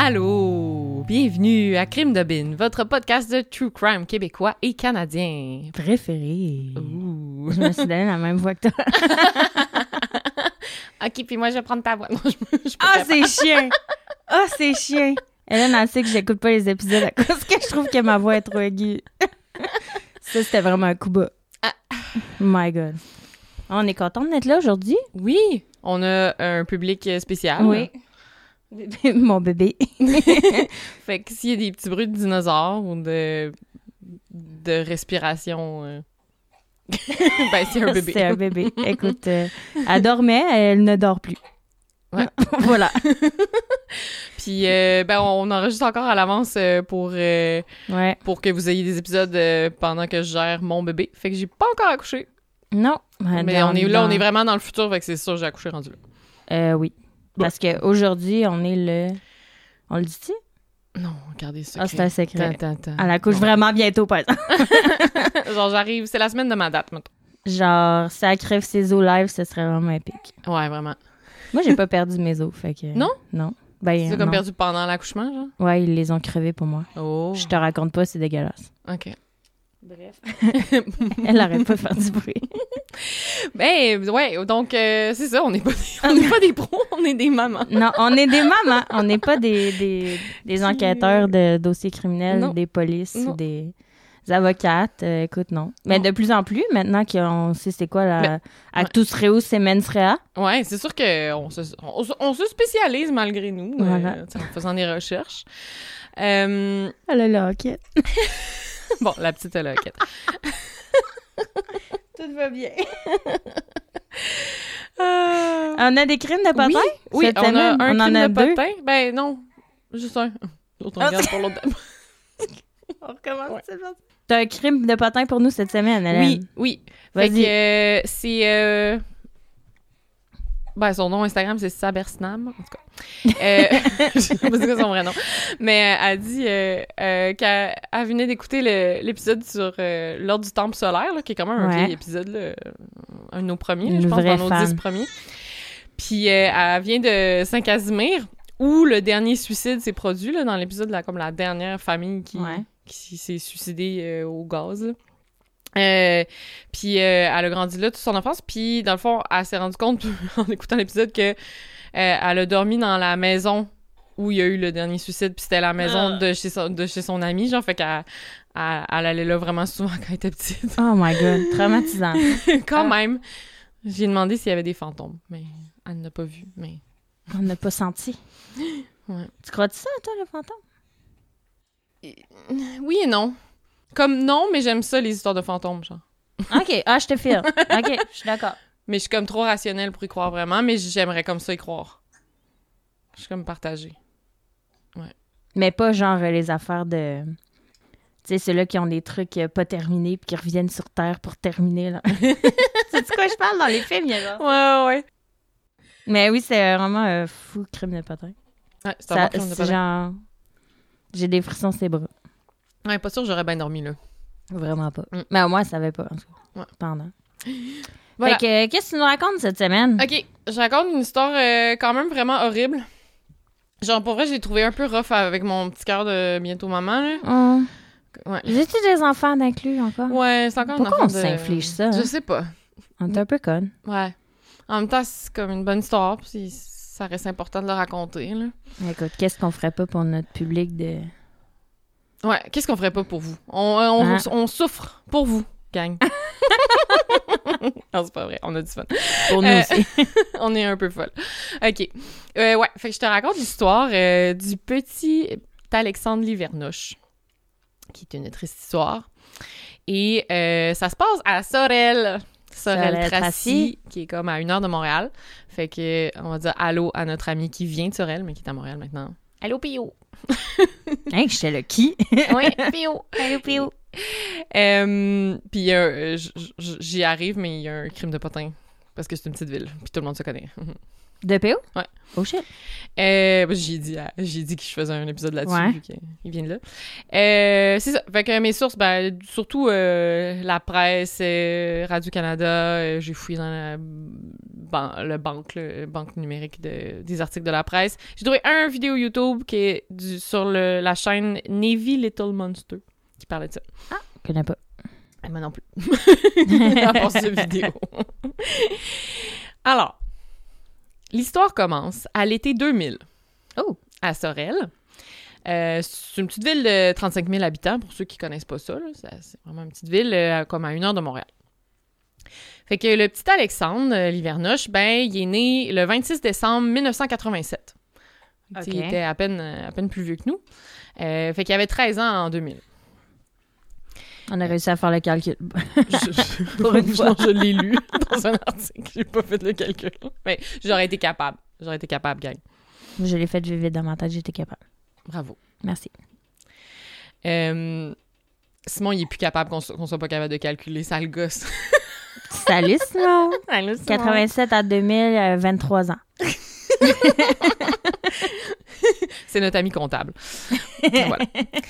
Allô! Bienvenue à Crime de Bin, votre podcast de true crime québécois et canadien. Préféré. Ouh. Je me suis donné la même voix que toi. Ok, puis moi, je vais prendre ta voix. Non, je peux Ah, pas. c'est chiant! Ah, c'est chiant! Hélène, elle sait que j'écoute pas les épisodes à cause que je trouve que ma voix est trop aiguë. Ça, c'était vraiment un coup bas. My God. On est content d'être là aujourd'hui? Oui, on a un public spécial. Oui. Mon bébé. Fait que s'il y a des petits bruits de dinosaures ou de respiration, ben c'est un bébé. C'est un bébé. Écoute, elle dormait, elle ne dort plus. Ouais. Voilà. Puis, ben, on enregistre encore à l'avance pour que vous ayez des épisodes pendant que je gère mon bébé. Fait que j'ai pas encore accouché. Non. Mais on est vraiment dans le futur, fait que c'est sûr j'ai accouché rendu là. Oui. Parce qu'aujourd'hui, on est le... On le dit-tu? Non, regardez ça. Ah, c'est un secret. Attends. Elle accouche vraiment bientôt, par exemple. Genre, j'arrive, c'est la semaine de ma date, maintenant. Genre, si elle crève ses os live, ce serait vraiment épique. Ouais, vraiment. Moi, j'ai pas perdu mes os, fait que... Non? Non. Ben, C'est comme non. perdu pendant l'accouchement, genre? Ouais, ils les ont crevés pour moi. Oh. Je te raconte pas, c'est dégueulasse. OK. Bref. Elle arrête pas de faire du bruit. Ben, ouais, donc, c'est ça, on n'est pas des pros, on est des mamans. Non, on est des mamans. On n'est pas des enquêteurs de dossiers criminels, Non. des polices Non. ou des avocates. Écoute, non. Mais Non. de plus en plus, maintenant qu'on sait c'est quoi la Mais- actus reus semens rea. Ouais, c'est sûr qu'on se spécialise malgré nous, Voilà. en faisant des recherches. Euh, Elle a la enquête. bon, la petite loquette. Tout va bien. Euh, On a des crimes de patin? oui, cette on a semaine? un On en crime a de deux. patin. Ben non, juste un. L'autre, on Ah, regarde pour l'autre. On recommence, Ouais. c'est gentil. T'as un crime de patin pour nous cette semaine, Hélène? Oui. Fait Vas-y. que c'est... Ben, son nom Instagram, c'est Sabersnam, en tout cas. Je sais pas c'est quoi son vrai nom. Mais elle dit qu'elle venait d'écouter l'épisode sur l'ordre du temple solaire, là, qui est quand même un Ouais. vieil épisode, là, un de nos premiers, Une je pense, vraie dans nos fan. 10 premiers. Puis elle vient de Saint-Casimir, où le dernier suicide s'est produit, là, dans l'épisode, là, comme la dernière famille Ouais. qui s'est suicidée au gaz, là. Puis elle a grandi là toute son enfance, puis dans le fond, elle s'est rendue compte en écoutant l'épisode que elle a dormi dans la maison où il y a eu le dernier suicide, puis c'était la maison de chez son ami, genre, fait qu'elle elle allait là vraiment souvent quand elle était petite. Oh my God, traumatisant. Quand même. J'ai demandé s'il y avait des fantômes, mais elle n'a pas vu, mais... On n'a pas senti. Ouais. Tu crois-tu ça, toi, le fantôme? Oui et non. Comme non, mais j'aime ça, les histoires de fantômes, genre. OK, je te file. OK, je suis d'accord. Mais je suis comme trop rationnelle pour y croire vraiment, mais j'aimerais comme ça y croire. Je suis comme partagée. Mais pas genre les affaires de... Tu sais, ceux-là qui ont des trucs pas terminés puis qui reviennent sur Terre pour terminer, là. C'est de quoi je parle dans les films, il y a genre. Ouais. Mais oui, c'est vraiment un fou crime de patin. Ouais, c'est un bon crime de c'est patin. genre... J'ai des frissons sur les bras. Ouais, pas sûr que j'aurais bien dormi, là. Vraiment pas. Mm. Mais moi, je savais pas, en tout cas. Ouais. Pendant. Voilà. Fait que, qu'est-ce que tu nous racontes cette semaine? OK, je raconte une histoire quand même vraiment horrible. Genre, pour vrai, j'ai trouvé un peu rough avec mon petit cœur de bientôt maman, là. Oh. Ouais. J'ai-tu des enfants d'inclus encore? Ouais, c'est encore une Pourquoi on affaire de... s'inflige ça? Je Hein? sais pas. On est un peu conne. Ouais. En même temps, c'est comme une bonne histoire, puis ça reste important de le raconter, là. Écoute, qu'est-ce qu'on ferait pas pour notre public de... Ouais, qu'est-ce qu'on ferait pas pour vous? Hein? On souffre pour vous, gang. Non, c'est pas vrai, on a du fun. Pour nous aussi. On est un peu folle. OK. Ouais, fait que je te raconte l'histoire du petit Alexandre Livernouche, qui est une triste histoire. Et ça se passe à Sorel-Tracy, Tracy. qui est comme à 1 heure de Montréal. Fait que on va dire allô à notre ami qui vient de Sorel, mais qui est à Montréal maintenant. Allô, Pio! Hein, j'étais le qui? Oui, Pio! Allô, Pio. Puis j'y arrive, mais il y a un crime de potin. Parce que c'est une petite ville, puis tout le monde se connaît. De PO? Ouais. Oh shit. J'ai dit que je faisais un épisode là-dessus, Ouais. vu qu'il vient de là. C'est ça. Fait que mes sources, ben, surtout la presse, Radio-Canada, j'ai fouillé dans la banque numérique des articles de la presse. J'ai trouvé un vidéo YouTube qui est sur la chaîne Navy Little Monster qui parlait de ça. Ah, je connais pas. Moi non plus. À part cette vidéo. Alors, l'histoire commence à l'été 2000. Oh! À Sorel. C'est une petite ville de 35 000 habitants, pour ceux qui connaissent pas ça. Là. C'est vraiment une petite ville comme à 1 heure de Montréal. Fait que le petit Alexandre Livernoche, ben, il est né le 26 décembre 1987. Okay. Il était à peine plus vieux que nous. Fait qu'il avait 13 ans en 2000. On a réussi à faire le calcul. Pour une fois, je l'ai lu dans un article. J'ai pas fait le calcul. Mais j'aurais été capable. Gang. Je l'ai fait vite dans ma tête, j'étais capable. Bravo. Merci. Simon, il est plus capable qu'on soit pas capable de calculer. Ça le gosse. Salut, Simon. Salut, Simon. 87 à 2000, 23 ans. C'est notre ami comptable. Voilà.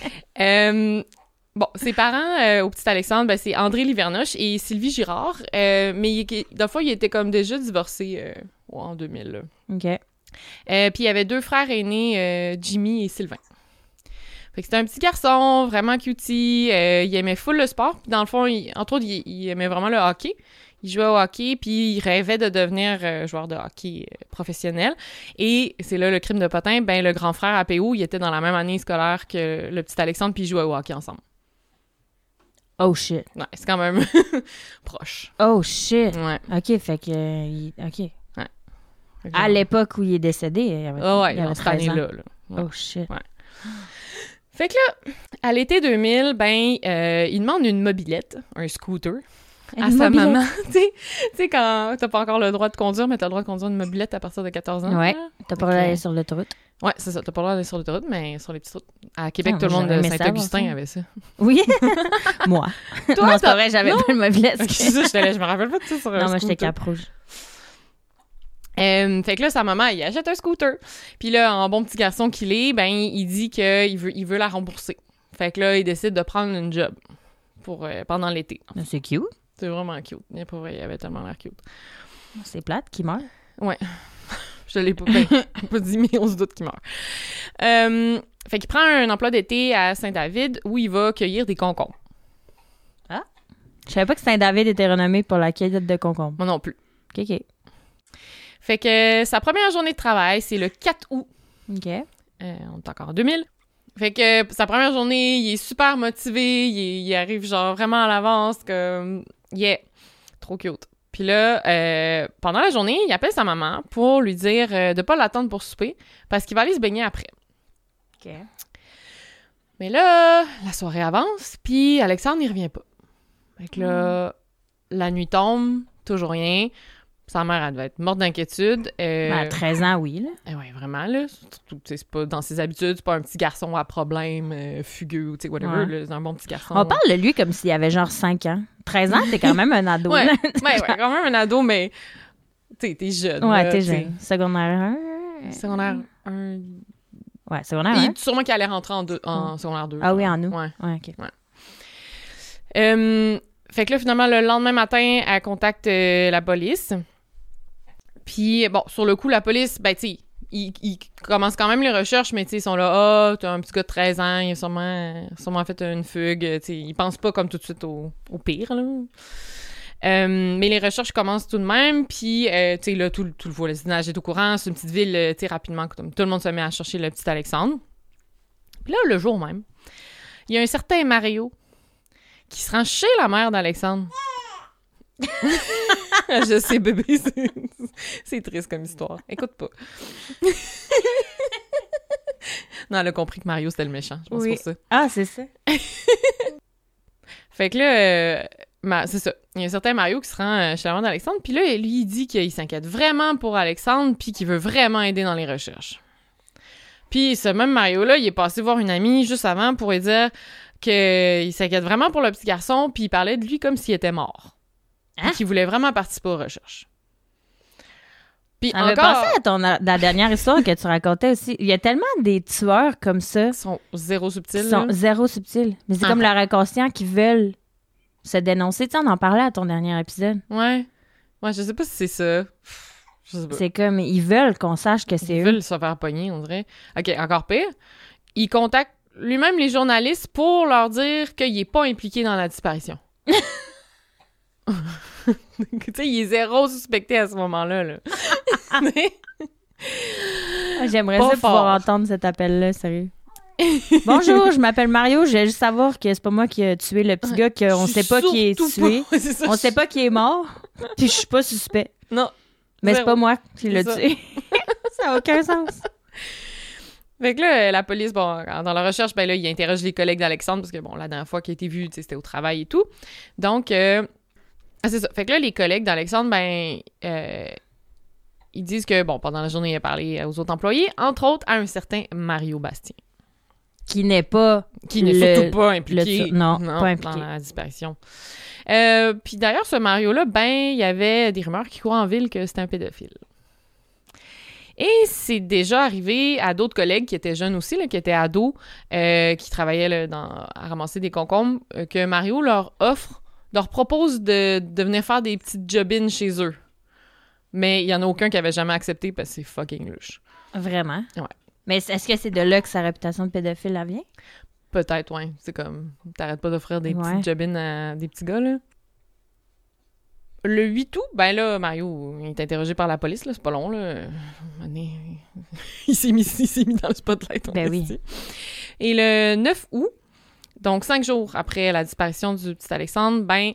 Bon, ses parents au petit Alexandre, ben, c'est André Livernoche et Sylvie Girard. Mais des fois, il était comme déjà divorcé en 2000. Là. OK. Puis il y avait 2 frères aînés, Jimmy et Sylvain. Fait que c'était un petit garçon, vraiment cutie. Il aimait full le sport. Puis dans le fond, entre autres, il aimait vraiment le hockey. Il jouait au hockey, puis il rêvait de devenir joueur de hockey professionnel. Et c'est là le crime de potin. Ben, le grand frère APO, il était dans la même année scolaire que le petit Alexandre, puis ils jouaient au hockey ensemble. Oh shit. Ouais, c'est quand même proche. Oh shit. Ouais. OK, fait que... OK. Ouais. À l'époque où il est décédé, il y avait, il avait cette année-là. Là. Ouais. Oh shit. Ouais. Fait que là, à l'été 2000, ben, il demande une mobilette, un scooter, à sa maman. Tu sais, quand t'as pas encore le droit de conduire, mais t'as le droit de conduire une mobilette à partir de 14 ans. Ouais, t'as pas le droit d'aller sur l'autoroute. Ouais, c'est ça, t'as pas le droit d'aller sur l'autoroute, mais sur les petites routes. À Québec, tout le monde de Saint-Augustin avait ça. Oui? Moi. Toi, non, c'est pas vrai, j'avais pas de mobilette. Je me rappelle pas de ça sur un Non, scooter. moi, j'étais cap rouge. Fait que là, sa maman, il achète un scooter. Puis là, en bon petit garçon qu'il est, ben, il dit qu'il veut la rembourser. Fait que là, il décide de prendre une job pendant l'été. C'est cute. C'est vraiment cute. Il avait tellement l'air cute. C'est plate qui meurt. Ouais. Je l'ai pas dit, mais on se doute qu'il meurt. Fait qu'il prend un emploi d'été à Saint-David où il va cueillir des concombres. Ah? Je savais pas que Saint-David était renommé pour la cueillette de concombres. Moi non plus. OK. Fait que sa première journée de travail, c'est le 4 août. OK. On est encore en 2000. Fait que sa première journée, il est super motivé. Il arrive genre vraiment à l'avance. Comme, yeah, trop cute. Puis là, pendant la journée, il appelle sa maman pour lui dire de pas l'attendre pour souper parce qu'il va aller se baigner après. OK. Mais là, la soirée avance, puis Alexandre, il revient pas. Fait que là, la nuit tombe, toujours rien. Sa mère, elle devait être morte d'inquiétude. À 13 ans, oui, là. Ouais, vraiment, là. C'est pas dans ses habitudes, c'est pas un petit garçon à problème, fugueux, tu sais, whatever, là, c'est un bon petit garçon. On parle de lui comme s'il avait genre 5 ans. 13 ans, t'es quand même un ado, ouais, là. ouais, quand même un ado, mais t'es jeune. Ouais, là, t'es jeune. Secondaire 1. Secondaire 1. Ouais, secondaire 1. Sûrement qu'il allait rentrer en secondaire 2. Ah oui, en août. Ouais. Ouais, OK. Ouais. Fait que là, finalement, le lendemain matin, elle contacte la police. Puis, bon, sur le coup, la police, ben, tu sais, ils commencent quand même les recherches, mais tu sais, ils sont là, ah, t'as un petit gars de 13 ans, il a sûrement fait une fugue, tu sais, ils pensent pas comme tout de suite au pire, là. Mais les recherches commencent tout de même, puis, tu sais, là, tout le voisinage est au courant, c'est une petite ville, tu sais, rapidement, tout le monde se met à chercher le petit Alexandre. Puis là, le jour même, il y a un certain Mario qui se rend chez la mère d'Alexandre. Je sais, bébé, c'est triste comme histoire. Écoute pas. Non, elle a compris que Mario, c'était le méchant. Je pense oui. pour ça. Ah, c'est ça. Fait que là, c'est ça. Il y a un certain Mario qui se rend chez la mère d'Alexandre, puis là, lui, il dit qu'il s'inquiète vraiment pour Alexandre, puis qu'il veut vraiment aider dans les recherches. Puis ce même Mario-là, il est passé voir une amie juste avant pour lui dire qu'il s'inquiète vraiment pour le petit garçon, puis il parlait de lui comme s'il était mort. Hein? Qui voulait vraiment participer aux recherches. Puis encore... pensé à la dernière histoire que tu racontais aussi. Il y a tellement des tueurs comme ça. Ils sont zéro subtils. Ils sont zéro subtils. Mais c'est comme leur inconscient qui veulent se dénoncer. Tu sais, on en parlait à ton dernier épisode. Ouais. Ouais, je sais pas si c'est ça. Je sais pas. C'est comme, ils veulent qu'on sache que c'est Ils eux. veulent se faire pogner, on dirait. OK, encore pire. Il contacte lui-même les journalistes pour leur dire qu'il est pas impliqué dans la disparition. Tu sais, il est zéro suspecté à ce moment-là. Là. Mais... J'aimerais Pas ça pouvoir fort. entendre cet appel-là, sérieux. Bonjour, je m'appelle Mario. Je veux juste savoir que c'est pas moi qui ai tué le petit gars, qu'on Je sait suis pas qui est surtout tué. pas- c'est ça, On sait pas qui est mort. Puis je suis pas suspect. Non. Mais c'est Zéro. pas moi qui l'a C'est ça. tué. Ça a aucun sens. Fait que là, la police, bon, dans la recherche, ben là, il interroge les collègues d'Alexandre parce que, bon, la dernière fois qu'il a été vu, tu sais, c'était au travail et tout. Donc, c'est ça. Fait que là, les collègues d'Alexandre, ben, ils disent que, bon, pendant la journée, il a parlé aux autres employés, entre autres à un certain Mario Bastien, Qui n'est pas... qui n'est Le- surtout pas impliqué, non, pas impliqué. dans la disparition. Puis d'ailleurs, ce Mario-là, ben, il y avait des rumeurs qui couraient en ville que c'était un pédophile. Et c'est déjà arrivé à d'autres collègues qui étaient jeunes aussi, là, qui étaient ados, qui travaillaient là, à ramasser des concombres, que Mario leur propose de venir faire des petites job-ins chez eux. Mais il y en a aucun qui avait jamais accepté parce que c'est fucking louche. Vraiment? Ouais. Mais est-ce que c'est de là que sa réputation de pédophile, elle vient? Peut-être, ouais. C'est comme, t'arrêtes pas d'offrir des Ouais. petites job-ins à des petits gars, là. Le 8 août, ben là, Mario, il est interrogé par la police, là, c'est pas long, là. Il s'est mis dans le spotlight. Ben oui. dit. Et le 9 août, donc 5 jours après la disparition du petit Alexandre, ben,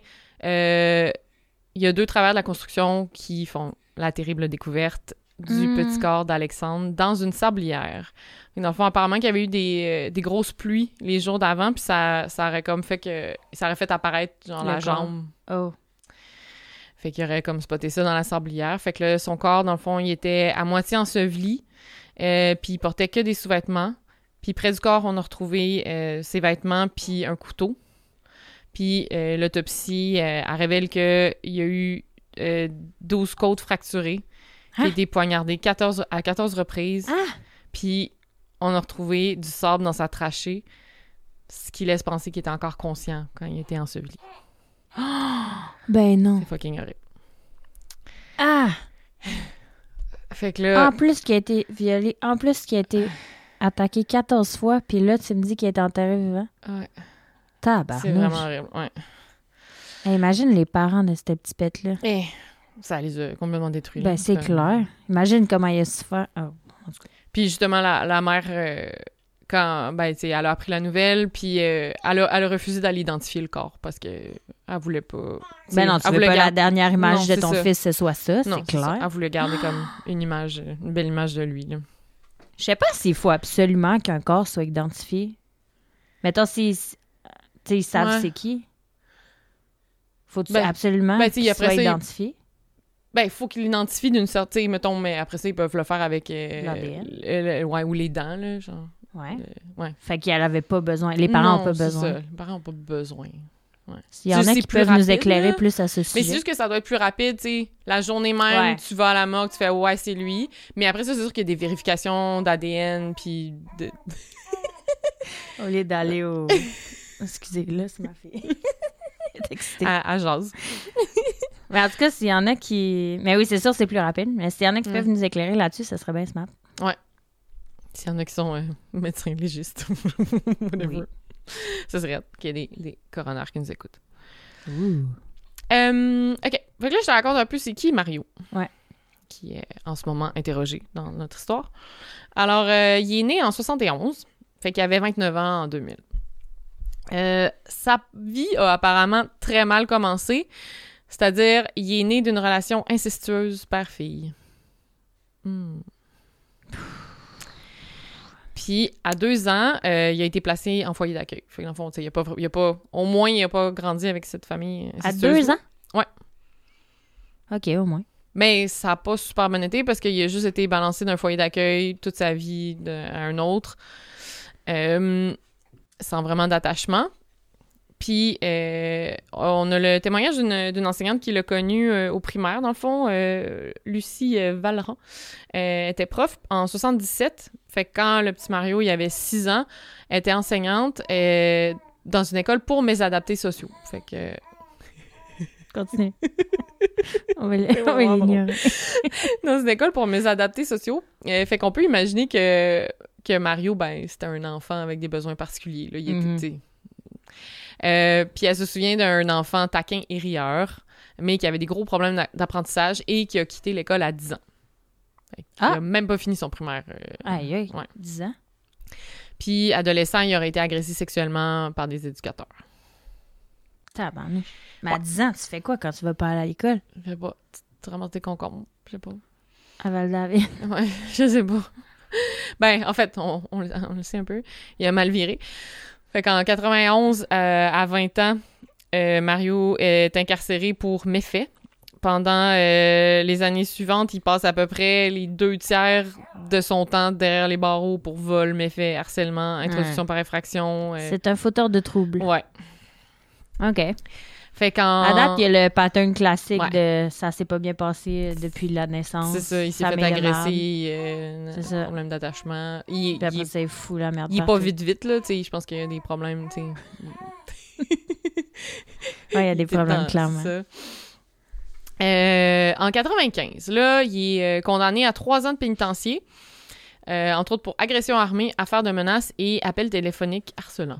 il y a 2 travailleurs de la construction qui font la terrible découverte du petit corps d'Alexandre dans une sablière. Dans le fond, apparemment qu'il y avait eu des grosses pluies les jours d'avant, puis ça aurait comme fait que... Ça aurait fait apparaître, genre, Le la corps. jambe. Oh. Fait qu'il aurait comme spoté ça dans la sablière. Fait que là, son corps, dans le fond, il était à moitié enseveli, puis il portait que des sous-vêtements. Puis près du corps, on a retrouvé ses vêtements puis un couteau. Puis l'autopsie, elle révèle qu'il y a eu 12 côtes fracturées, qui a été poignardé à 14 reprises. Ah! Puis on a retrouvé du sable dans sa trachée, ce qui laisse penser qu'il était encore conscient quand il était enseveli. Ben non. C'est fucking horrible. Ah! Fait que là... En plus qu'il a été violé, en plus qu'il a été attaqué 14 fois, puis là, tu me dis qu'il a été enterré vivant. Ouais, Tabarnouche. c'est vraiment horrible, ouais. Hey, imagine les parents de cette petite pète-là. Eh, ça les a complètement détruits. Ben, là. c'est Comme- clair. Imagine comment il a souffert. Oh. Puis justement, la mère, quand, ben, tu sais, elle a appris la nouvelle, puis elle a refusé d'aller identifier le corps parce que elle voulait pas... tu sais, Ben non, tu elle veux voulait pas la garder- dernière image Non, de c'est ton ça. fils, ce soit ça, Non, c'est c'est ça. clair. Elle voulait garder comme une belle image de lui, là. Je sais pas s'il faut absolument qu'un corps soit identifié. Mettons, si ils savent Ouais. c'est qui. Faut-tu Ben, absolument ben, tu sais, qu'il après soit ça, identifié? Ben, il faut qu'il l'identifie d'une certaine... Mettons, mais après ça, ils peuvent le faire avec... L'ADN. Ouais, ou les dents, là, genre. Ouais. Ouais. Fait qu'elle avait pas besoin. Les parents Non, n'ont pas c'est besoin. ça. Les parents n'ont pas besoin. Ouais. S'il y en a C'est qui plus peuvent nous rapide, éclairer là. plus à ce Mais sujet. c'est juste que ça doit être plus rapide, tu sais. La journée même, Ouais. tu vas à la morgue, tu fais « Ouais, c'est lui ». Mais après ça, c'est sûr qu'il y a des vérifications d'ADN, puis de... Au lieu d'aller au... Excusez, là, c'est ma fille. Elle est excitée. à jase. Mais en tout cas, s'il y en a qui... Mais oui, c'est sûr, c'est plus rapide. Mais s'il y en a qui Mm. peuvent nous éclairer là-dessus, ça serait bien smart. S'il y en a qui sont médecins légistes, whatever. Oui. Ça serait hâte qu'il y ait des coroners qui nous écoutent. Ouh. OK. Fait que là, je te raconte un peu c'est qui Mario. Ouais. Qui est en ce moment interrogé dans notre histoire. Alors, il est né en 71. Fait qu'il avait 29 ans en 2000. Sa vie a apparemment très mal commencé. C'est-à-dire, il est né d'une relation incestueuse père-fille. Puis, à 2 ans, il a été placé en foyer d'accueil. Fait que dans le fond, tu sais, au moins, il n'a pas grandi avec cette famille À incestueuse. 2 ans? Ouais. OK, au moins. Mais ça n'a pas super bien été parce qu'il a juste été balancé d'un foyer d'accueil toute sa vie à un autre, sans vraiment d'attachement. Puis, on a le témoignage d'une enseignante qui l'a connue au primaire, dans le fond, Lucie Valran. Elle était prof en 77. Fait que quand le petit Mario, il avait 6 ans, elle était enseignante dans une école pour mésadaptés sociaux. Fait que... Continue. On va l'ignorer. Dans une école pour mésadaptés sociaux. Fait qu'on peut imaginer que Mario, ben, c'était un enfant avec des besoins particuliers. Là. Il était, tu sais. Puis elle se souvient d'un enfant taquin et rieur, mais qui avait des gros problèmes d'apprentissage et qui a quitté l'école à 10 ans. Il a même pas fini son primaire. Aïe, ouais. 10 ans. Puis, adolescent, il aurait été agressé sexuellement par des éducateurs. Tabarnak. Mais à 10 ans, tu fais quoi quand tu vas pas aller à l'école? Je sais pas. Tu ramasses tes concombres. Je sais pas. À Val-David. Ouais, je sais pas. Ben, en fait, on le sait un peu. Il a mal viré. Fait qu'en 91, à 20 ans, Mario est incarcéré pour méfait. Pendant les années suivantes, il passe à peu près les 2/3 de son temps derrière les barreaux pour vol, méfait, harcèlement, introduction par effraction. C'est un fauteur de troubles. Ouais. OK. Fait qu'en... À date, il y a le pattern classique de ça s'est pas bien passé depuis la naissance. C'est ça, il s'est fait agresser, problème d'attachement. Puis après, c'est fou la merde. Il est pas vite, là, tu sais, je pense qu'il y a des problèmes, tu sais. Ouais, il y a des problèmes, clairement. Ça. En 95, là, il est condamné à 3 ans de pénitencier, entre autres pour agression armée, affaire de menaces et appel téléphonique harcelant.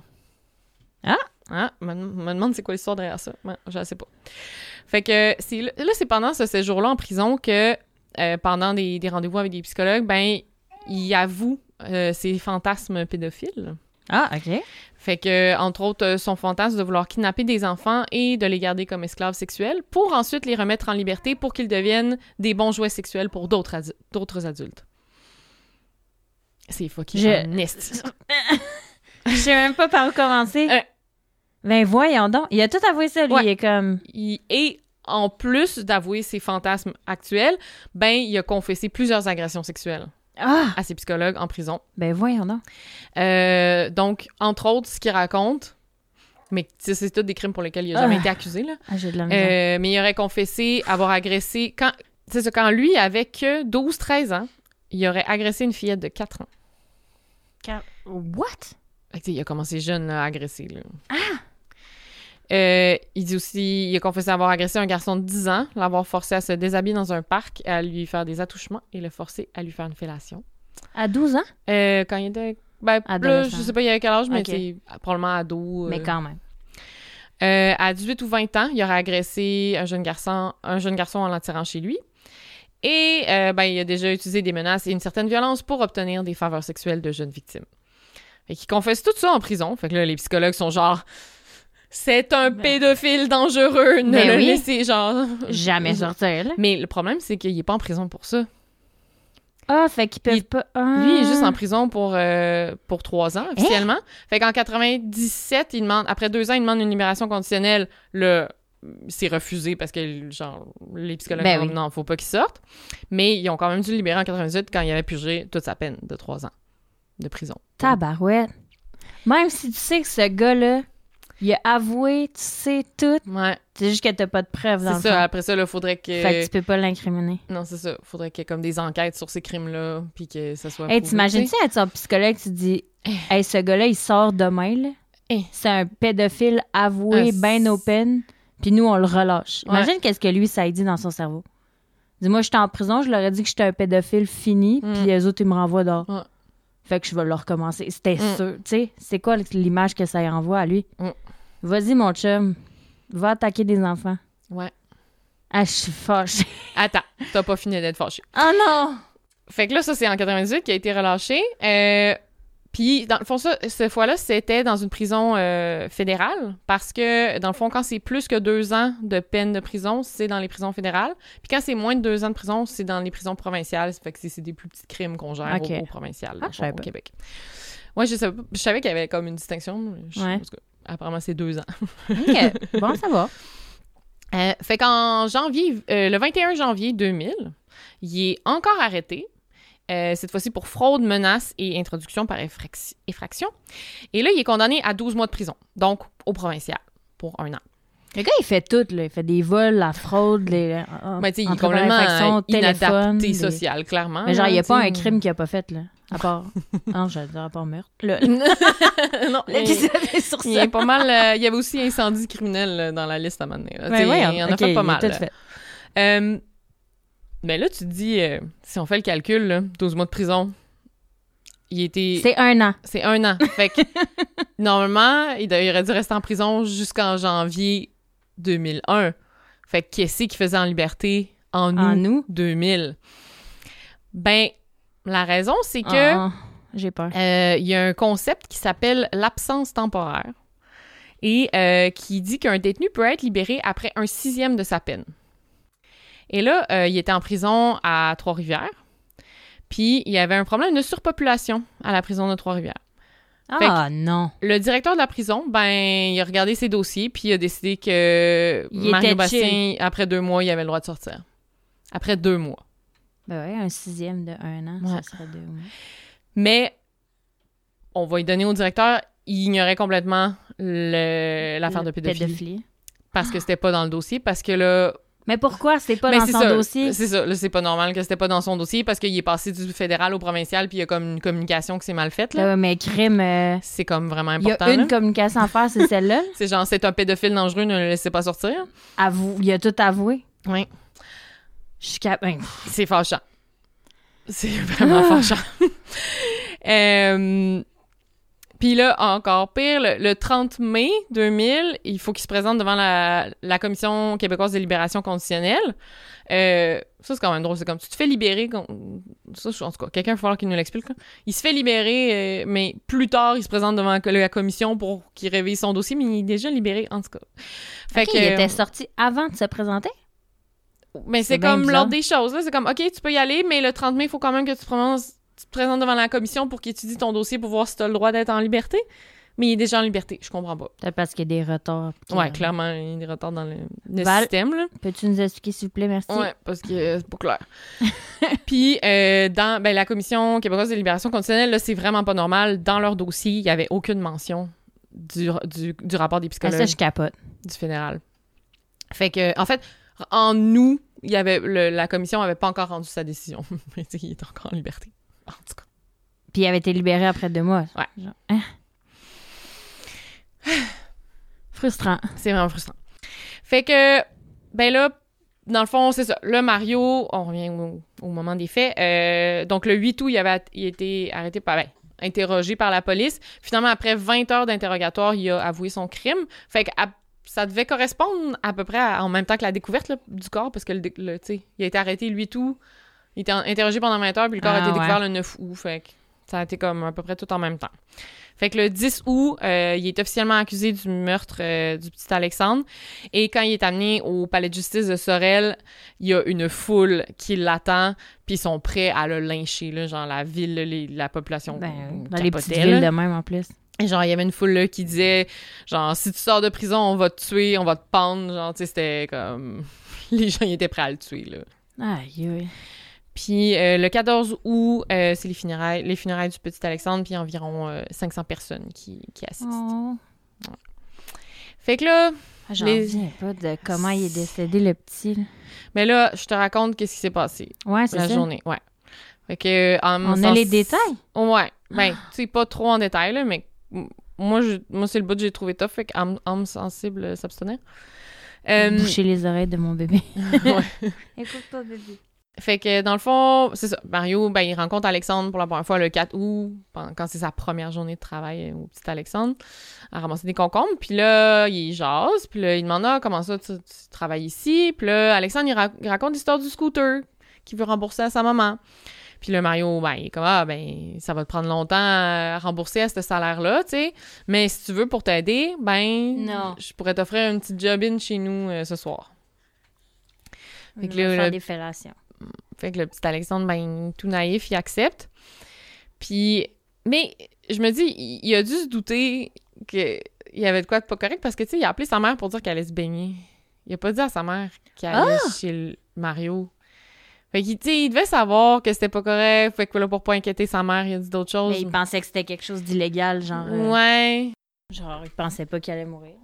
Me demande c'est quoi l'histoire derrière ça. Ouais, je ne sais pas. Fait que c'est pendant ce séjour-là en prison que, pendant des rendez-vous avec des psychologues, ben, il avoue ses fantasmes pédophiles. OK. Fait que, entre autres, son fantasme de vouloir kidnapper des enfants et de les garder comme esclaves sexuels pour ensuite les remettre en liberté pour qu'ils deviennent des bons jouets sexuels pour d'autres adultes. C'est fucking honest. Je sais même pas par où commencer. Ben voyons donc. Il a tout avoué ça, lui. Ouais. Il est comme... Et en plus d'avouer ses fantasmes actuels, ben il a confessé plusieurs agressions sexuelles. À ses psychologues en prison. Ben voyons donc. Donc, entre autres, ce qu'il raconte, mais c'est tous des crimes pour lesquels il n'a jamais été accusé, là. J'ai de la misère. Mais il aurait confessé avoir agressé... Quand lui avait que 12-13 ans, il aurait agressé une fillette de 4 ans. What? Il a commencé jeune là, à agresser. Là. Il dit aussi, il a confessé avoir agressé un garçon de 10 ans, l'avoir forcé à se déshabiller dans un parc, à lui faire des attouchements et le forcer à lui faire une fellation. À 12 ans? Quand il était... Ben, là, je sais pas il avait quel âge, mais c'est probablement ado. Mais quand même. À 18 ou 20 ans, il aurait agressé un jeune garçon en l'attirant chez lui. Et il a déjà utilisé des menaces et une certaine violence pour obtenir des faveurs sexuelles de jeunes victimes. Fait qu'il confesse tout ça en prison. Fait que là, les psychologues sont genre... C'est un pédophile dangereux, ne le laissez, genre... Jamais sortir, là. Mais le problème, c'est qu'il est pas en prison pour ça. Fait qu'ils peuvent pas... Lui, il est juste en prison pour 3 ans, officiellement. Fait qu'en 97, il demande... Après 2 ans, il demande une libération conditionnelle. Là, c'est refusé parce que, genre, les psychologues disent non, faut pas qu'il sorte. Mais ils ont quand même dû le libérer en 98 quand il avait purgé toute sa peine de 3 ans de prison. Tabarouette. Même si tu sais que ce gars-là, il a avoué, tu sais tout. Ouais. C'est juste que t'as pas de preuves dans le fond. C'est ça. Après ça, il faudrait que... Fait que tu peux pas l'incriminer. Non, c'est ça. Faudrait qu'il y ait comme des enquêtes sur ces crimes-là, puis que ça soit... T'imagines-tu être son psychologue, tu te dis, ce gars-là, il sort demain, là. C'est un pédophile avoué, ben open, puis nous, on le relâche. Imagine qu'est-ce que lui, ça a dit dans son cerveau. Dis-moi, j'étais en prison, je leur ai dit que j'étais un pédophile fini, puis les autres, ils me renvoient dehors. Ouais. Fait que je vais le recommencer. C'était sûr. Tu sais, c'est quoi l'image que ça y envoie à lui? Vas-y, mon chum. Va attaquer des enfants. Ouais. Je suis fâchée. Attends, t'as pas fini d'être fâchée. Oh non! Fait que là, ça, c'est en 98 qu'il a été relâché. Puis, dans le fond, cette fois-là, c'était dans une prison fédérale parce que, dans le fond, quand c'est plus que 2 ans de peine de prison, c'est dans les prisons fédérales. Puis quand c'est moins de 2 ans de prison, c'est dans les prisons provinciales. Ça fait que c'est des plus petits crimes qu'on gère au provincial au Québec. Ouais, je savais qu'il y avait comme une distinction. Apparemment, c'est 2 ans. OK. Bon, ça va. Fait qu'en janvier, le 21 janvier 2000, il est encore arrêté. Cette fois-ci pour fraude, menace et introduction par effraction. Et là, il est condamné à 12 mois de prison, donc au provincial, pour 1 an. Le gars, il fait tout, là. Il fait des vols, la fraude, il est complètement inadapté social, clairement. Mais genre, il n'y a pas un crime qu'il n'a pas fait, là. À part... Non, j'allais dire à part meurtre. Non, L'épisode est sur il y ça. a pas mal... il y avait aussi incendie criminel dans la liste à un moment donné. Ben ouais, il y en a fait pas mal. Tout fait. Mais là, tu te dis, si on fait le calcul, là, 12 mois de prison, il était... C'est 1 an. C'est 1 an. Fait que, normalement, il aurait dû rester en prison jusqu'en janvier 2001. Fait que qu'est-ce qu'il faisait en liberté en août 2000? Ben, la raison, c'est que... J'ai peur. Il y a un concept qui s'appelle l'absence temporaire et qui dit qu'un détenu peut être libéré après 1/6 de sa peine. Et là, il était en prison à Trois-Rivières, puis il y avait un problème de surpopulation à la prison de Trois-Rivières. Non. Le directeur de la prison, ben, il a regardé ses dossiers, puis il a décidé que Mario Bastien, après 2 mois, il avait le droit de sortir. Après 2 mois. Ben oui, 1/6 de 1 an, ça serait 2 mois. Mais, on va y donner au directeur, il ignorait complètement l'affaire de pédophilie. Parce que c'était pas dans le dossier, parce que là... Mais pourquoi c'est pas dans son dossier? C'est ça, là, c'est pas normal que c'était pas dans son dossier, parce qu'il est passé du fédéral au provincial, puis il y a comme une communication qui s'est mal faite, là. Mais crime... c'est comme vraiment important, il y a une communication à faire, c'est celle-là? C'est genre, c'est un pédophile dangereux, ne le laissez pas sortir. Il a tout avoué? Oui. Je suis C'est fâchant. C'est vraiment fâchant. Puis là, encore pire, le 30 mai 2000, il faut qu'il se présente devant la Commission québécoise de libération conditionnelle. Ça, c'est quand même drôle. C'est comme, tu te fais libérer... Ça, en tout cas, quelqu'un il va falloir qu'il nous l'explique. Là. Il se fait libérer, mais plus tard, il se présente devant la commission pour qu'il révise son dossier, mais il est déjà libéré, en tout cas. Fait il était sorti avant de se présenter? Mais c'est comme l'ordre des choses. Là. C'est comme, OK, tu peux y aller, mais le 30 mai, il faut quand même que tu te présentes devant la commission pour qu'il étudie ton dossier pour voir si tu as le droit d'être en liberté. Mais il est déjà en liberté. Je comprends pas. Peut-être parce qu'il y a des retards. Ouais, clairement, il y a des retards dans le Val, système. Là. Peux-tu nous expliquer, s'il vous plaît? Merci. Ouais, parce que c'est pas clair. Puis, dans la Commission québécoise de libération conditionnelle, là, c'est vraiment pas normal. Dans leur dossier, il y avait aucune mention du rapport des psychologues. Ça, je capote. Du fédéral. Fait que, en fait, en août, il y avait la commission avait pas encore rendu sa décision. Mais il est encore en liberté. En tout cas. Puis il avait été libéré après 2 mois. Ouais. Genre, frustrant. C'est vraiment frustrant. Fait que, ben là, dans le fond, c'est ça. Là, Mario, on revient au moment des faits. Donc, le 8 août, il a été arrêté interrogé par la police. Finalement, après 20 heures d'interrogatoire, il a avoué son crime. Fait que ça devait correspondre à peu près en même temps que la découverte là, du corps, parce que il a été arrêté le 8 août, il était interrogé pendant 20 heures, puis le corps a été découvert le 9 août. Fait que ça a été comme à peu près tout en même temps. Fait que le 10 août, il est officiellement accusé du meurtre du petit Alexandre. Et quand il est amené au palais de justice de Sorel, il y a une foule qui l'attend, puis ils sont prêts à le lyncher, là, genre la ville, la population. Dans les petites villes de même, en plus. Et genre, il y avait une foule là qui disait, genre, si tu sors de prison, on va te tuer, on va te pendre. Genre, tu sais, c'était comme... Les gens, ils étaient prêts à le tuer, là. Aïe, aïe. Puis le 14 août, c'est les funérailles du petit Alexandre, puis environ 500 personnes qui assistent. Oh. Ouais. Fait que là... J'en reviens pas de comment il est décédé, le petit. Là. Mais là, je te raconte qu'est-ce qui s'est passé. Ouais, c'est ça. La journée, ouais. Fait que... On a les détails? Ouais. Ben, tu sais, pas trop en détail, là, mais moi c'est le bout que j'ai trouvé tough, fait qu'âme sensible s'abstenir. Boucher les oreilles de mon bébé. Ouais. Écoute pas, bébé. Fait que, dans le fond, c'est ça. Mario, ben, il rencontre Alexandre pour la première fois le 4 août, quand c'est sa première journée de travail au petit Alexandre, à ramasser des concombres. Puis là, il jase, puis là, il demande « comment ça, tu travailles ici? » Puis là, Alexandre, il raconte l'histoire du scooter qu'il veut rembourser à sa maman. Puis là, Mario, ben, il est comme « Ah, ben, ça va te prendre longtemps à rembourser à ce salaire-là, tu sais. Mais si tu veux, pour t'aider, ben, non. Je pourrais t'offrir une petite job-in chez nous ce soir. » Fait que là, des fellations. Fait que le petit Alexandre, ben, tout naïf, il accepte. Puis, mais je me dis, il a dû se douter qu'il y avait de quoi de pas correct parce que, tu sais, il a appelé sa mère pour dire qu'elle allait se baigner. Il a pas dit à sa mère qu'il allait chez Mario. Fait qu'il, tu sais, il devait savoir que c'était pas correct. Fait que là, pour pas inquiéter sa mère, il a dit d'autres choses. Mais il pensait que c'était quelque chose d'illégal, genre... Ouais. Genre, il pensait pas qu'il allait mourir.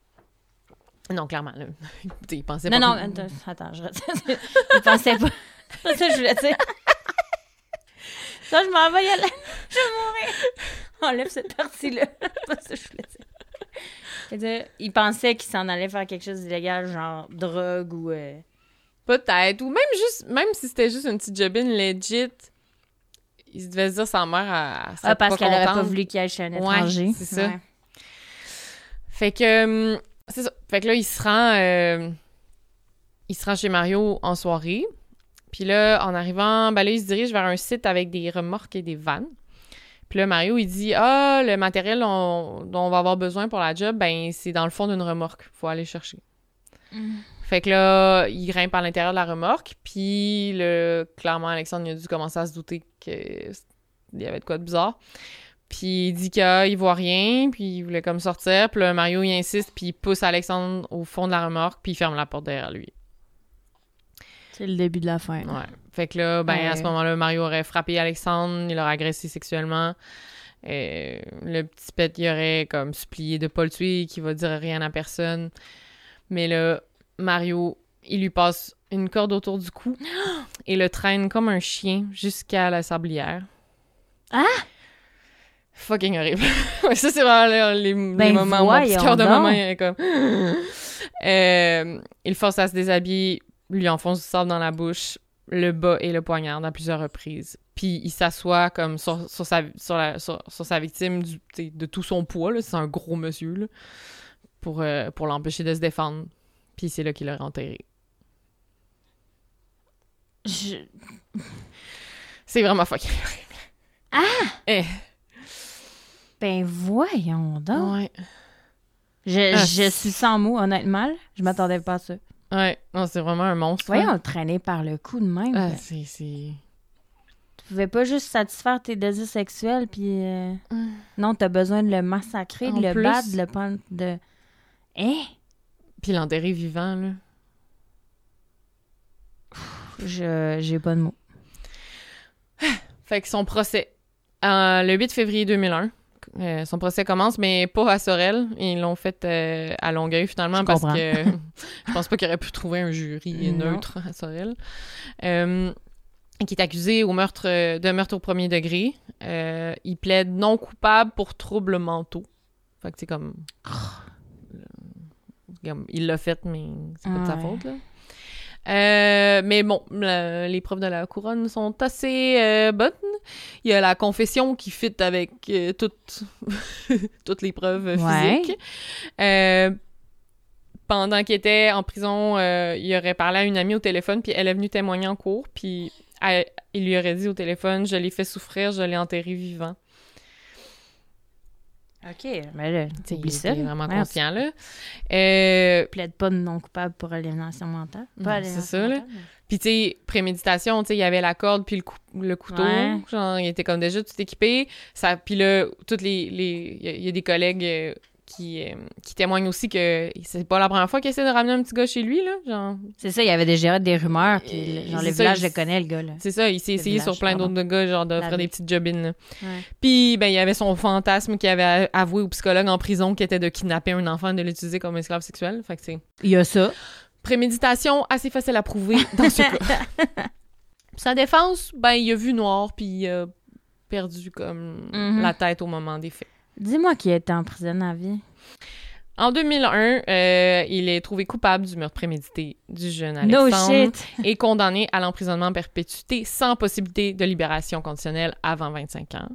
Non, clairement, là. Il pensait pas... Non, attends, il pensait pas... C'est ça que je voulais dire. Ça, je m'en vais y aller. Je vais mourir. Enlève cette partie-là. C'est pas ça que je voulais dire. C'est-à-dire, il pensait qu'il s'en allait faire quelque chose d'illégal, genre drogue ou... Peut-être. Ou même si c'était juste une petite jobine legit, il se devait se dire sa mère Ah, parce qu'elle aurait pas voulu qu'il aille chez un étranger. Ouais, c'est ça. Ouais. Fait que... c'est ça. Fait que là, il se rend chez Mario en soirée. Puis là, en arrivant, ben là, il se dirige vers un site avec des remorques et des vannes. Puis là, Mario, il dit « Ah, le matériel dont on va avoir besoin pour la job, ben c'est dans le fond d'une remorque. Faut aller chercher. Fait que là, il grimpe à l'intérieur de la remorque. Puis clairement, Alexandre, il a dû commencer à se douter qu'il y avait de quoi de bizarre. Puis il dit qu'il voit rien, puis il voulait comme sortir. Puis là, Mario, il insiste, puis il pousse Alexandre au fond de la remorque, puis il ferme la porte derrière lui. C'est le début de la fin. Ouais. Fait que là, à ce moment-là, Mario aurait frappé Alexandre, il l'aurait agressé sexuellement. Le petit pet, il aurait comme supplié de pas le tuer, qu'il va dire rien à personne. Mais là, Mario, il lui passe une corde autour du cou et le traîne comme un chien jusqu'à la sablière. Ah! Fucking horrible. Ouais, ça, c'est vraiment les moments où mon petit cœur de maman est comme... il force à se déshabiller, lui enfonce du sable dans la bouche, le bat et le poignarde à plusieurs reprises. Puis il s'assoit comme sur sa victime de tout son poids, là. C'est un gros monsieur, là, pour l'empêcher de se défendre. Puis c'est là qu'il l'a enterré. C'est vraiment fucking horrible. Ah! Ben voyons donc. Ouais. Je suis sans mots, honnêtement. Je m'attendais pas à ça. Ouais, non, c'est vraiment un monstre. Voyons, le traîner par le cou de même. C'est... Tu pouvais pas juste satisfaire tes désirs sexuels, puis... Non, t'as besoin de le massacrer, de le battre, de le prendre, de... Hein? Puis l'enterrer vivant, là. J'ai pas de mots. Fait que son procès. Le 8 février 2001, son procès commence, mais pas à Sorel. Ils l'ont fait à Longueuil, finalement, parce que je pense pas qu'il aurait pu trouver un jury neutre à Sorel. Qui est accusé de meurtre au premier degré. Il plaide non coupable pour troubles mentaux. Fait que c'est comme... il l'a fait, mais c'est pas de sa faute, là. Mais bon, les preuves de la couronne sont assez bonnes. Il y a la confession qui fit avec toutes les preuves physiques. Pendant qu'il était en prison, il aurait parlé à une amie au téléphone, puis elle est venue témoigner en cours, puis il lui aurait dit au téléphone « Je l'ai fait souffrir, je l'ai enterré vivant ». OK, mais là, oublie ça. Il est vraiment conscient, là. Plaide pas de non coupable pour aliénation mentale. C'est ça, là. Puis, tu sais, préméditation, tu sais, il y avait la corde puis le couteau. Ouais. Genre, il était comme déjà tout équipé. Puis là, il y a des collègues qui témoignent aussi que c'est pas la première fois qu'il essaie de ramener un petit gars chez lui, là. Genre... C'est ça, il y avait déjà des rumeurs, puis genre, le village, je le connais, le gars, là. C'est ça, il s'est essayé sur plein d'autres gars, genre, d'offrir des petites jobines, là. Ouais. Puis, ben, il y avait son fantasme qu'il avait avoué au psychologue en prison, qui était de kidnapper un enfant et de l'utiliser comme esclave sexuel. Fait que c'est... Il y a ça. Préméditation, assez facile à prouver dans ce cas. Sa défense, ben, il a vu noir, puis il a perdu, comme, la tête au moment des faits. Dis-moi qui était en prison à vie. En 2001, il est trouvé coupable du meurtre prémédité du jeune Alexandre. No shit! Et condamné à l'emprisonnement à perpétuité sans possibilité de libération conditionnelle avant 25 ans.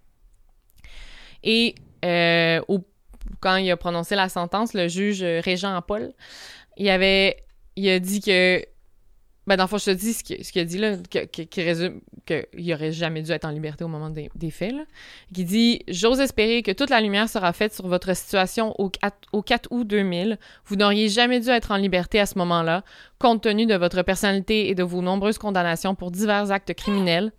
Et quand il a prononcé la sentence, le juge Régent Paul, il a dit que... Ben, dans le fond, je te dis ce qu'il a dit, là, qui résume qu'il aurait jamais dû être en liberté au moment des faits, là. Qui dit « J'ose espérer que toute la lumière sera faite sur votre situation au 4 août 2000. Vous n'auriez jamais dû être en liberté à ce moment-là, compte tenu de votre personnalité et de vos nombreuses condamnations pour divers actes criminels.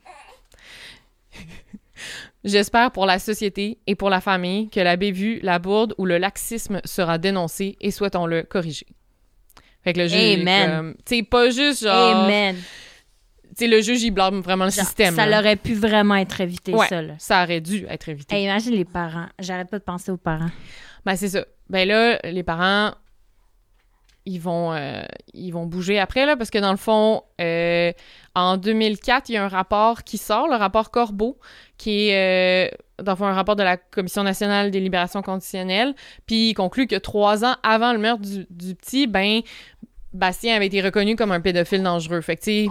J'espère pour la société et pour la famille que la bévue, la bourde ou le laxisme sera dénoncé et souhaitons-le corriger. » Fait que le juge, tu sais, pas juste genre... Amen. Tu sais, le juge, il blâme vraiment le système. Ça l'aurait pu vraiment être évité, ouais, ça, là. Ça aurait dû être évité. Hey, imagine les parents. J'arrête pas de penser aux parents. Ben, c'est ça. Ben là, les parents... ils vont bouger après, là, parce que dans le fond, en 2004, il y a un rapport qui sort, le rapport Corbeau, qui est, dans le fond, un rapport de la Commission nationale des libérations conditionnelles, puis il conclut que 3 ans avant le meurtre du petit, ben, Bastien avait été reconnu comme un pédophile dangereux. Fait que, tu sais,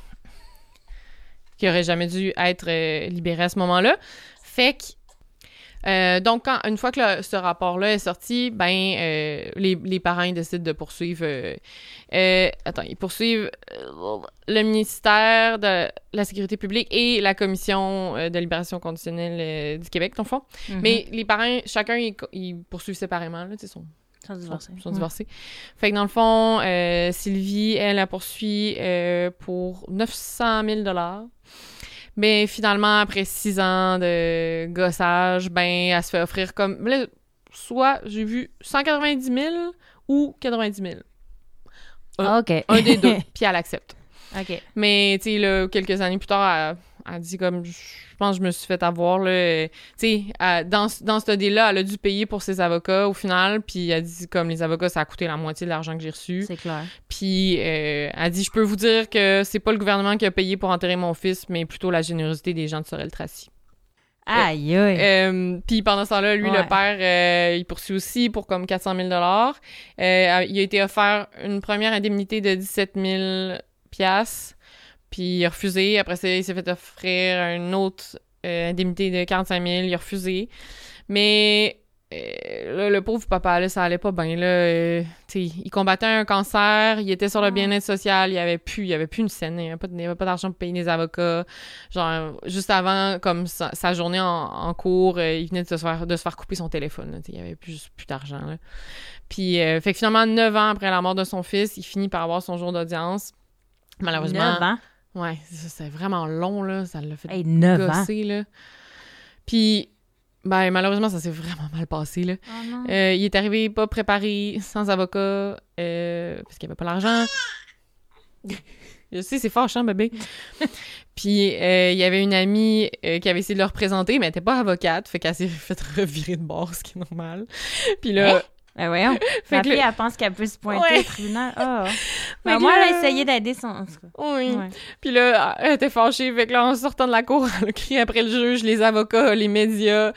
qui aurait jamais dû être libéré à ce moment-là. Fait que donc, une fois que ce rapport-là est sorti, ben, les parents ils décident de poursuivre... ils poursuivent le ministère de la Sécurité publique et la Commission de libération conditionnelle du Québec, dans le fond. Mm-hmm. Mais les parents, chacun, ils poursuivent séparément, là, tu sais, sont divorcés. Fait que dans le fond, Sylvie, elle a poursuivi pour 900 000 $. Mais finalement, après 6 ans de gossage, ben, elle se fait offrir comme... Là, soit, j'ai vu 190 000 ou 90 000. OK. Un des deux, puis elle accepte. OK. Mais, tu sais, là, quelques années plus tard, elle dit comme... Je pense que je me suis fait avoir, là. Tu sais, dans ce deal-là, elle a dû payer pour ses avocats au final, puis elle dit comme les avocats, ça a coûté la moitié de l'argent que j'ai reçu. C'est clair. Puis elle dit, je peux vous dire que c'est pas le gouvernement qui a payé pour enterrer mon fils, mais plutôt la générosité des gens de Sorel-Tracy. Aïe, aïe. Puis pendant ce temps-là, lui, le père, il poursuit aussi pour comme 400 000 $. Il a été offert une première indemnité de 17 000 $. Puis il a refusé. Après ça, il s'est fait offrir une autre indemnité de 45 000. Il a refusé. Mais là, le pauvre papa, là, ça allait pas bien. Là, il combattait un cancer. Il était sur le bien-être social. Il y avait plus une scène. Il n'y avait pas d'argent pour payer des avocats. Genre, juste avant, comme sa journée en cours, il venait de se faire couper son téléphone. Là, il y avait plus d'argent. Là. Puis, fait que finalement, 9 ans après la mort de son fils, il finit par avoir son jour d'audience. Malheureusement... 9 ans? Ouais, c'est vraiment long, là. Ça l'a fait 9 gosser, là. Puis, ben, malheureusement, ça s'est vraiment mal passé, là. Oh non. Il est arrivé pas préparé, sans avocat, parce qu'il avait pas l'argent. Je sais, c'est fâchant, bébé. Puis, il y avait une amie qui avait essayé de le représenter, mais elle était pas avocate, fait qu'elle s'est fait revirer de bord, ce qui est normal. Puis là... Hein? Ben voyons. Ma fille, elle pense qu'elle peut se pointer au tribunal. Oh. Ben moi, elle a essayé d'aider son... Oui. Ouais. Puis là, elle était fâchée. Fait que là, en sortant de la cour, elle a crié après le juge, les avocats, les médias.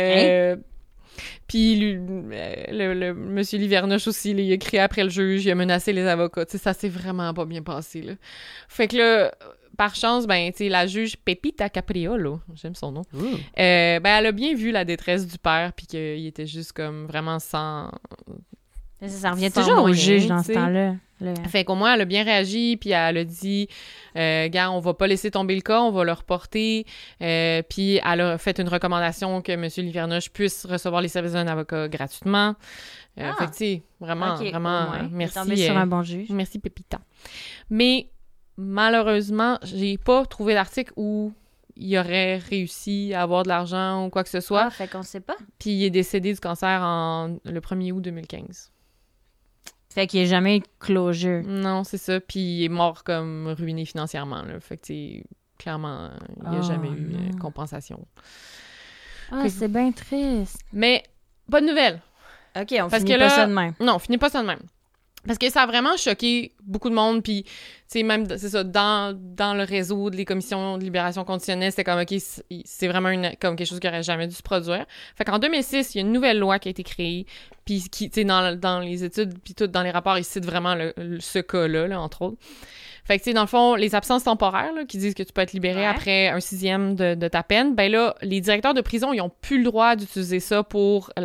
Puis le monsieur Livernoche aussi, là, il a crié après le juge, il a menacé les avocats. Tu sais, ça s'est vraiment pas bien passé, là. Fait que là... Par chance, ben, tu sais, la juge Pepita Capriolo, j'aime son nom, ben, elle a bien vu la détresse du père, puis qu'il était juste comme vraiment sans... Ça revient toujours au juge dans ce temps-là. Fait qu'au moins, elle a bien réagi, puis elle a dit, gars, on va pas laisser tomber le cas, on va le reporter, puis elle a fait une recommandation que M. Livernoche puisse recevoir les services d'un avocat gratuitement. Fait que, tu sais, vraiment, merci. Tombé sur un bon juge. Merci, Pepita. Mais... Malheureusement, j'ai pas trouvé d'article où il aurait réussi à avoir de l'argent ou quoi que ce soit. Ah, fait qu'on sait pas. Puis il est décédé du cancer le 1er août 2015. Fait qu'il n'y a jamais eu de closure. Non, c'est ça. Puis il est mort comme ruiné financièrement, là. Fait que, clairement, il n'y a jamais eu compensation. Ah, c'est bien triste. Mais, bonne nouvelle. OK, on finit pas ça de même. Non, on finit pas ça de même. Parce que ça a vraiment choqué beaucoup de monde, puis, tu sais, même, c'est ça, dans le réseau des commissions de libération conditionnelle, c'était comme, OK, c'est vraiment comme quelque chose qui aurait jamais dû se produire. Fait qu'en 2006, il y a une nouvelle loi qui a été créée, puis qui, tu sais, dans les études, puis tout, dans les rapports, ils citent vraiment ce cas-là, là, entre autres. Fait que, tu sais, dans le fond, les absences temporaires, là, qui disent que tu peux être libéré après un 6e de ta peine, ben là, les directeurs de prison, ils ont plus le droit d'utiliser ça pour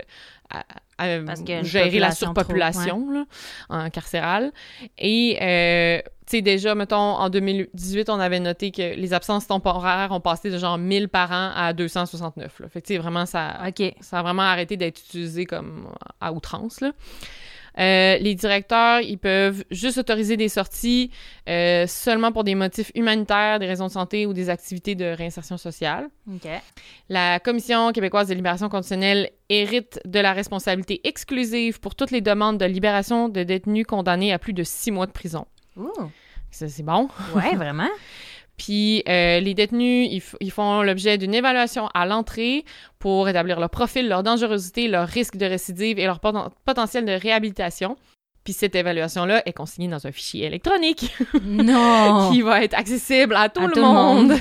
gérer la surpopulation là, en carcérale. Et, tu sais, déjà, mettons, en 2018, on avait noté que les absences temporaires ont passé de genre 1000 par an à 269. Là. Fait que, tu sais, vraiment, ça a vraiment arrêté d'être utilisé comme à outrance, là. Les directeurs, ils peuvent juste autoriser des sorties seulement pour des motifs humanitaires, des raisons de santé ou des activités de réinsertion sociale. OK. La Commission québécoise de libération conditionnelle hérite de la responsabilité exclusive pour toutes les demandes de libération de détenus condamnés à plus de 6 mois de prison. Ouh. Ça, c'est bon. Ouais, vraiment. Puis les détenus, ils font l'objet d'une évaluation à l'entrée pour établir leur profil, leur dangerosité, leur risque de récidive et leur potentiel de réhabilitation. Puis cette évaluation-là est consignée dans un fichier électronique. Non! Qui va être accessible à tout le monde.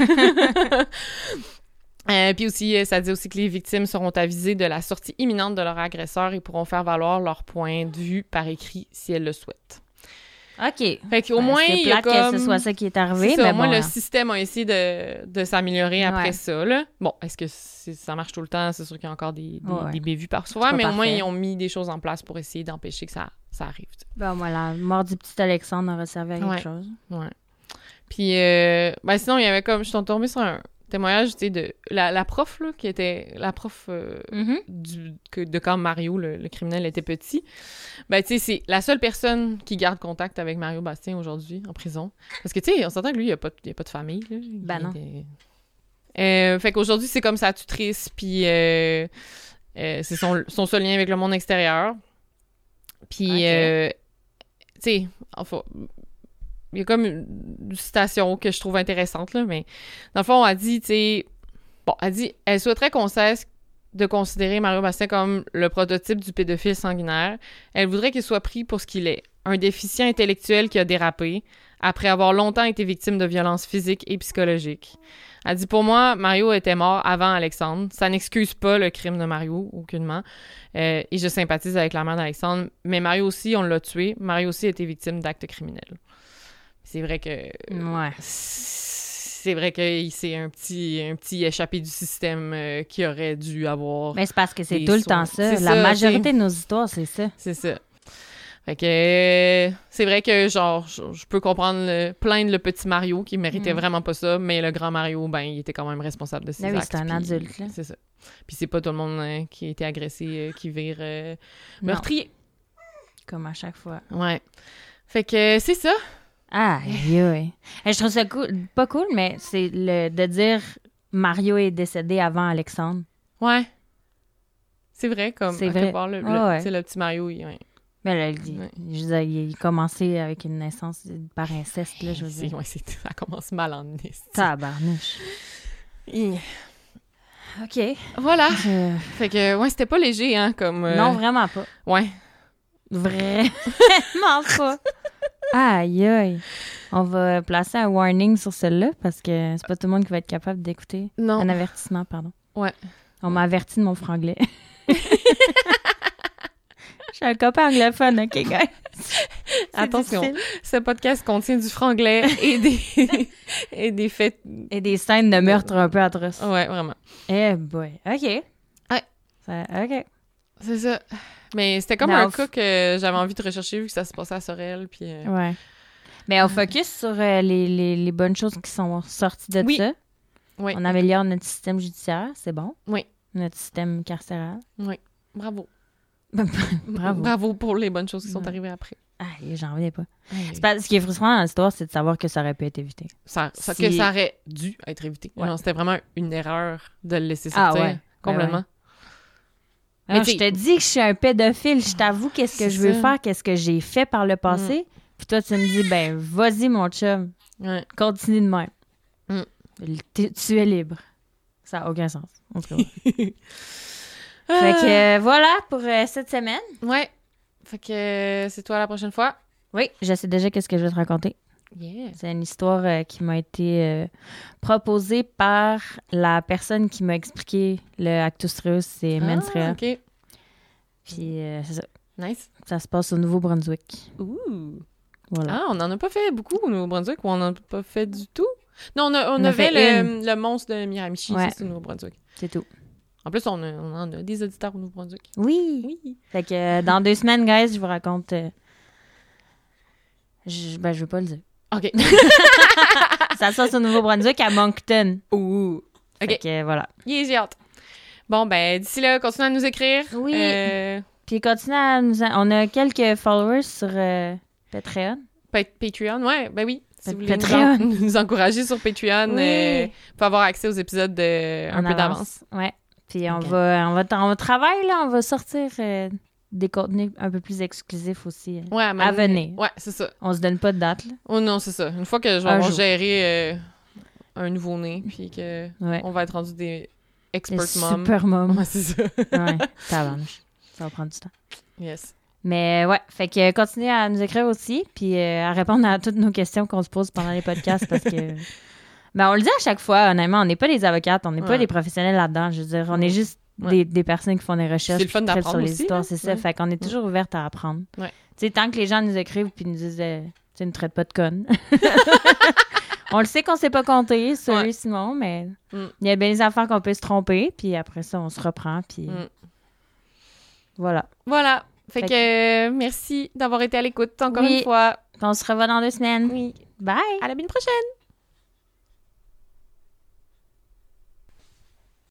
Puis aussi, ça dit aussi que les victimes seront avisées de la sortie imminente de leur agresseur et pourront faire valoir leur point de vue par écrit si elles le souhaitent. OK. Fait qu'au moins, c'est il y a plate comme... que ce soit ça qui est arrivé, c'est ça, mais au moins, bon, le système a essayé de s'améliorer après ça, là. Bon, est-ce que ça marche tout le temps? C'est sûr qu'il y a encore des bévues parfois, mais au moins, ils ont mis des choses en place pour essayer d'empêcher que ça arrive. Ben, moi, la mort du petit Alexandre aurait servi à quelque chose. Ouais. Puis, sinon, il y avait comme... Je suis tombée sur un témoignage, tu sais, de la prof, là, qui était... La prof de quand Mario, le criminel, était petit. Ben, tu sais, c'est la seule personne qui garde contact avec Mario Bastien aujourd'hui, en prison. Parce que, tu sais, on s'entend que lui, il n'y a pas de famille, là. Ben non. Fait qu'aujourd'hui, c'est comme sa tutrice, puis c'est son seul lien avec le monde extérieur. Puis, tu sais, enfin... Il y a comme une citation que je trouve intéressante, là, mais dans le fond, elle dit, tu sais... Bon, elle dit, elle souhaiterait qu'on cesse de considérer Mario Bastien comme le prototype du pédophile sanguinaire. Elle voudrait qu'il soit pris pour ce qu'il est, un déficient intellectuel qui a dérapé, après avoir longtemps été victime de violences physiques et psychologiques. Elle dit, pour moi, Mario était mort avant Alexandre. Ça n'excuse pas le crime de Mario, aucunement. Et je sympathise avec la mère d'Alexandre. Mais Mario aussi, on l'a tué. Mario aussi a été victime d'actes criminels. C'est vrai que... C'est vrai que c'est un petit échappé du système qui aurait dû avoir... Mais c'est parce que c'est tout le temps ça. La majorité de nos histoires, c'est ça. C'est ça. Fait que c'est vrai que, genre, je peux comprendre plaindre le petit Mario qui méritait vraiment pas ça, mais le grand Mario, ben, il était quand même responsable de ses actes. Oui, c'est un adulte, là. C'est ça. Puis c'est pas tout le monde qui a été agressé qui vire meurtrier. Comme à chaque fois. Ouais. Fait que c'est ça. Ah, oui. Je trouve ça cool. Pas cool, mais c'est de dire Mario est décédé avant Alexandre. Ouais. C'est vrai, comme c'est à vrai. quelque part, le petit Mario, Mais là, je veux dire, il a commencé avec une naissance par inceste, là, je veux dire. Ouais, ça commence mal en est. Tabarnouche. OK. Voilà. Fait que, ouais, c'était pas léger, hein, comme... Non, vraiment pas. Ouais. Vraiment pas. Aïe, aïe. On va placer un warning sur celle-là parce que c'est pas tout le monde qui va être capable d'écouter. Non. Un avertissement, pardon. Ouais. On m'a averti de mon franglais. Je suis un copain anglophone, OK, guys? Attention, difficile. Ce podcast contient du franglais et des faits... Et des scènes de meurtre un peu atroces. Ouais, vraiment. Eh boy. OK. Ouais. OK. C'est ça. Mais c'était comme un cas que j'avais envie de rechercher vu que ça se passait à Sorel. Puis, ouais. Mais on focus sur les bonnes choses qui sont sorties de ça. Oui. On améliore notre système judiciaire, c'est bon. Oui. Notre système carcéral. Oui. Bravo. Bravo. Bravo pour les bonnes choses qui sont arrivées après. Ah, j'en reviens pas. Ce qui est frustrant dans l'histoire, c'est de savoir que ça aurait pu être évité. Que ça aurait dû être évité. Ouais. Genre, c'était vraiment une erreur de le laisser sortir complètement. Ouais. Alors, je te dis que je suis un pédophile. Je t'avoue qu'est-ce que je veux faire, qu'est-ce que j'ai fait par le passé. Puis toi, tu me dis, ben, vas-y, mon chum. Ouais. Continue de même. Tu es libre. Ça n'a aucun sens. Fait que voilà pour cette semaine. Ouais. Fait que c'est toi la prochaine fois. Oui, je sais déjà qu'est-ce que je vais te raconter. Yeah. C'est une histoire qui m'a été proposée par la personne qui m'a expliqué le Actus Reus et Mens Rea. OK. Puis c'est ça. Nice. Ça se passe au Nouveau-Brunswick. Ouh. Voilà. Ah, on n'en a pas fait beaucoup au Nouveau-Brunswick ou on n'en a pas fait du tout? Non, on avait le monstre de Miramichi, ouais. c'est au Nouveau-Brunswick. C'est tout. En plus, on en a des auditeurs au Nouveau-Brunswick. Oui. Fait que dans 2 semaines, guys, je vous raconte... je veux pas le dire. OK. Ça se passe au Nouveau-Brunswick à Moncton. Ouh. OK. Fait que voilà. Yeah, j'ai hâte. Bon, ben, d'ici là, continuez à nous écrire. Oui. Puis continuez à nous... On a quelques followers sur Patreon. Patreon, ouais, ben oui. Si vous voulez Patreon. nous encourager sur Patreon, oui. pour avoir accès aux épisodes un peu d'avance. Ouais. Puis on va travailler, là, on va sortir des contenus un peu plus exclusifs aussi à venir. Ouais, c'est ça. On se donne pas de date, là. Oh non, c'est ça. Une fois que je vais avoir géré un nouveau-né, puis que on va être rendu des expert moms. Super moms. Ouais, c'est ça. Ouais, tabarnouche. Ça va prendre du temps. Yes. Mais ouais, fait que continuez à nous écrire aussi, puis à répondre à toutes nos questions qu'on se pose pendant les podcasts, parce que... Ben, on le dit à chaque fois, honnêtement, on n'est pas des avocates, on n'est pas des professionnels là-dedans. Je veux dire, on est juste des personnes qui font des recherches. C'est le fun d'apprendre sur les aussi, histoires, là. c'est ça. Fait qu'on est toujours ouverte à apprendre. Ouais. Tu sais, tant que les gens nous écrivent puis nous disent, tu ne traites pas de conne. On le sait qu'on sait pas compter, Simon, mais il y a bien des affaires qu'on peut se tromper, puis après ça, on se reprend, puis voilà. Voilà. Fait que merci d'avoir été à l'écoute encore une fois. On se revoit dans 2 semaines. Oui. Bye! À la semaine prochaine!